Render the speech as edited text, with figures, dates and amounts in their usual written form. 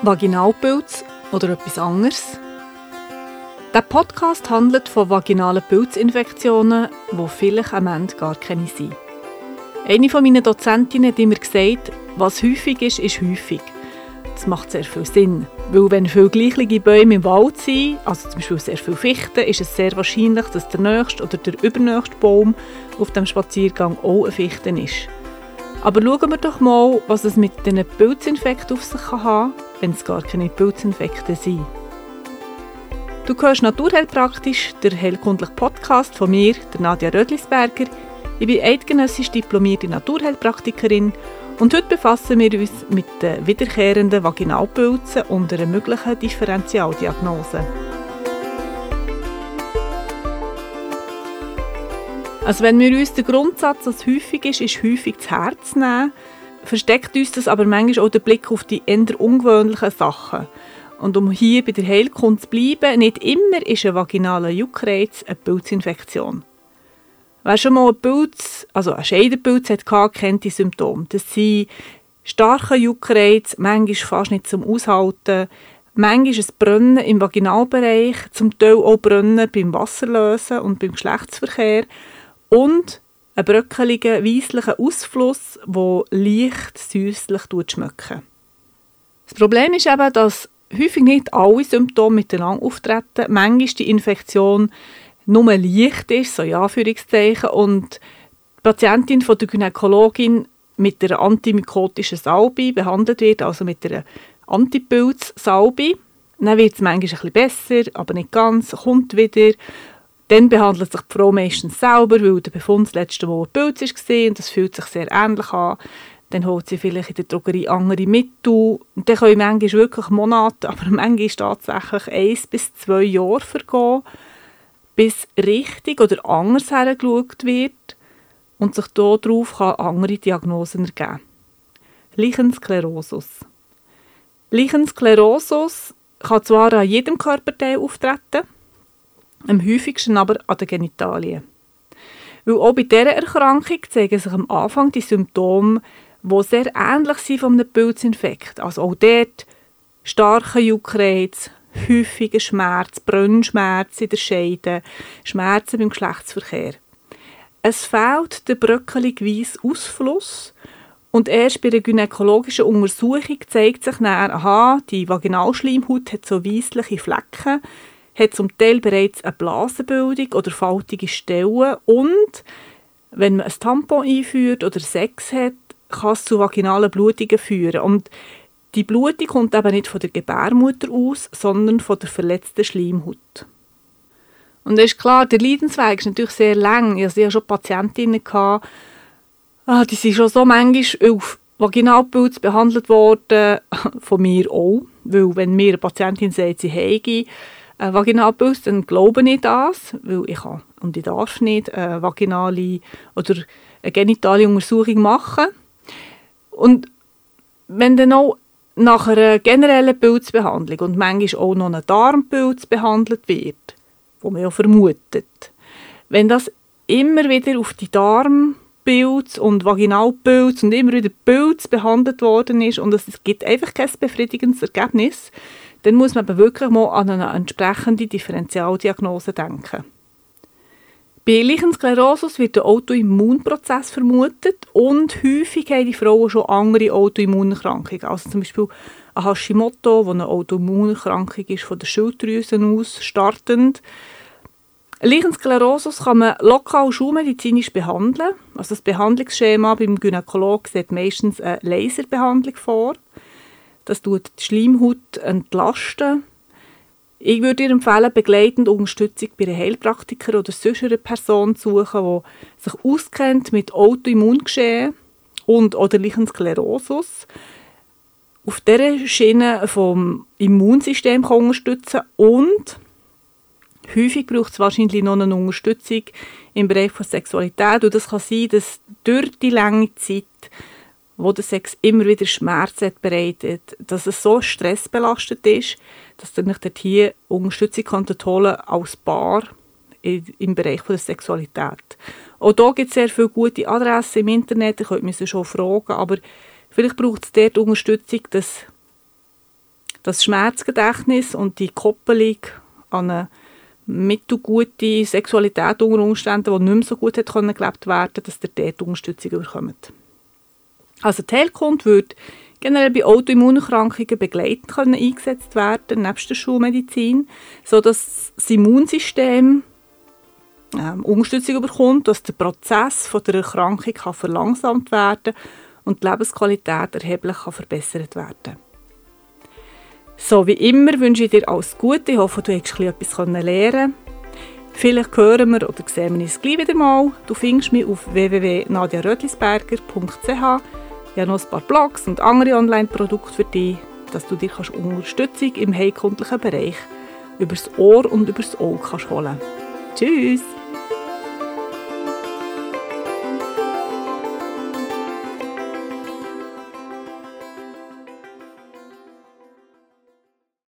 Vaginalpilz oder etwas anderes? Der Podcast handelt von vaginalen Pilzinfektionen, die vielleicht am Ende gar keine sind. Eine meiner Dozentinnen hat immer gesagt, was häufig ist, ist häufig. Das macht sehr viel Sinn, weil wenn viele gleiche Bäume im Wald sind, also zum Beispiel sehr viele Fichten, ist es sehr wahrscheinlich, dass der nächste oder der übernächste Baum auf dem Spaziergang auch eine Fichte ist. Aber schauen wir doch mal, was es mit diesen Pilzinfekten auf sich haben kann, wenn es gar keine Pilzinfekte sind. Du hörst Naturheilpraktisch, der heilkundliche Podcast von mir, der Nadja Rödlisberger. Ich bin eidgenössisch diplomierte Naturheilpraktikerin und heute befassen wir uns mit den wiederkehrenden Vaginalpilzen und einer möglichen Differentialdiagnose. Also wenn wir uns den Grundsatz, dass häufig ist häufig zu Herz nehmen, versteckt uns das aber manchmal auch den Blick auf die eher ungewöhnlichen Sachen. Und um hier bei der Heilkunde zu bleiben, nicht immer ist ein vaginaler Juckreiz eine Pilzinfektion. Wer schon mal einen Scheidenpilz hatte, kennt die Symptome. Das sind starke Juckreiz, manchmal fast nicht zum Aushalten, manchmal ein Brennen im Vaginalbereich, zum Teil auch Brennen beim Wasserlösen und beim Geschlechtsverkehr und ein bröckeliger, weisslicher Ausfluss, der leicht süsslich schmeckt. Das Problem ist eben, dass häufig nicht alle Symptome miteinander auftreten. Manchmal die Infektion nur leicht ist, so in Anführungszeichen, und die Patientin von der Gynäkologin mit einer antimykotischen Salbe behandelt wird, also mit einer Antipilz-Salbe. Dann wird es manchmal ein bisschen besser, aber nicht ganz, kommt wieder. Dann behandelt sich die Frau meistens selber, weil der Befund das letzte Mal ein Pilz war und das fühlt sich sehr ähnlich an. Dann holt sie vielleicht in der Drogerie andere Mittel. Und dann können manchmal wirklich Monate, aber manchmal tatsächlich 1 bis 2 Jahre vergehen, bis richtig oder anders hergeschaut wird und sich darauf andere Diagnosen ergeben. Lichensklerosus. Lichensklerosus kann zwar an jedem Körperteil auftreten, am häufigsten aber an den Genitalien. Weil auch bei dieser Erkrankung zeigen sich am Anfang die Symptome, die sehr ähnlich sind von einem Pilzinfekt. Also auch dort starke Juckreiz, häufiger Schmerz, Brennschmerz in der Scheide, Schmerzen beim Geschlechtsverkehr. Es fehlt der bröckelig-weisse Ausfluss und erst bei der gynäkologischen Untersuchung zeigt sich dann, die Vaginalschleimhaut hat so weissliche Flecken, hat zum Teil bereits eine Blasenbildung oder faltige Stellen und wenn man ein Tampon einführt oder Sex hat, kann es zu vaginalen Blutungen führen. Und die Blutung kommt eben nicht von der Gebärmutter aus, sondern von der verletzten Schleimhaut. Und es ist klar, der Leidensweg ist natürlich sehr lang. Ich hatte schon Patientinnen, die sind schon so manchmal auf Vaginalpilz behandelt worden, von mir auch. Weil wenn mir eine Patientin sagt, sie habe einen Vaginalpilz, dann glaube ich das, weil ich kann und ich darf nicht eine vaginale oder eine genitale Untersuchung machen. Und wenn dann auch nach einer generellen Pilzbehandlung und manchmal auch noch ein Darmpilz behandelt wird, wo man ja vermutet, wenn das immer wieder auf die Darmpilz und Vaginalpilz und immer wieder Pilz behandelt worden ist und es gibt einfach kein befriedigendes Ergebnis, dann muss man aber wirklich mal an eine entsprechende Differentialdiagnose denken. Bei Lichensklerosus wird ein Autoimmunprozess vermutet und häufig haben die Frauen schon andere Autoimmunerkrankungen, also zum Beispiel ein Hashimoto, wo eine Autoimmunerkrankung ist von der Schilddrüse aus startend. Lichensklerosus kann man lokal schulmedizinisch behandeln. Also das Behandlungsschema beim Gynäkologen sieht meistens eine Laserbehandlung vor. Das tut die Schleimhaut entlasten. Ich würde dir empfehlen, begleitend Unterstützung bei einem Heilpraktiker oder sonst einer Person zu suchen, die sich auskennt mit Autoimmungeschehen und oder Lichensklerosus. Auf dieser Schiene vom Immunsystem kann unterstützen und häufig braucht es wahrscheinlich noch eine Unterstützung im Bereich der Sexualität. Und das kann sein, dass durch die lange Zeit, wo der Sex immer wieder Schmerzen bereitet, dass es so stressbelastet ist, dass ihr dort hier Unterstützung holen als Paar im Bereich der Sexualität. Auch hier gibt es sehr viele gute Adressen im Internet, ihr könnt mich schon fragen, aber vielleicht braucht es dort Unterstützung, dass Das Schmerzgedächtnis und die Koppelung an eine mittelgute Sexualität unter Umständen, die nicht mehr so gut gelebt werden konnte, dass ihr dort Unterstützung bekommt. Also die Heilkunde würde generell bei Autoimmunerkrankungen begleitend eingesetzt werden, nebst der Schulmedizin, sodass das Immunsystem Unterstützung bekommt, dass der Prozess von der Erkrankung verlangsamt werden kann und die Lebensqualität erheblich verbessert werden kann. So wie immer wünsche ich dir alles Gute. Ich hoffe, du hast etwas lernen. Vielleicht hören wir oder sehen wir uns gleich wieder mal. Du findest mich auf www.nadiarötlisberger.ch. Ich habe noch ein paar Blogs und andere Online-Produkte für dich, dass du dir Unterstützung im heilkundlichen Bereich übers Ohr und übers Auge holen kannst. Tschüss!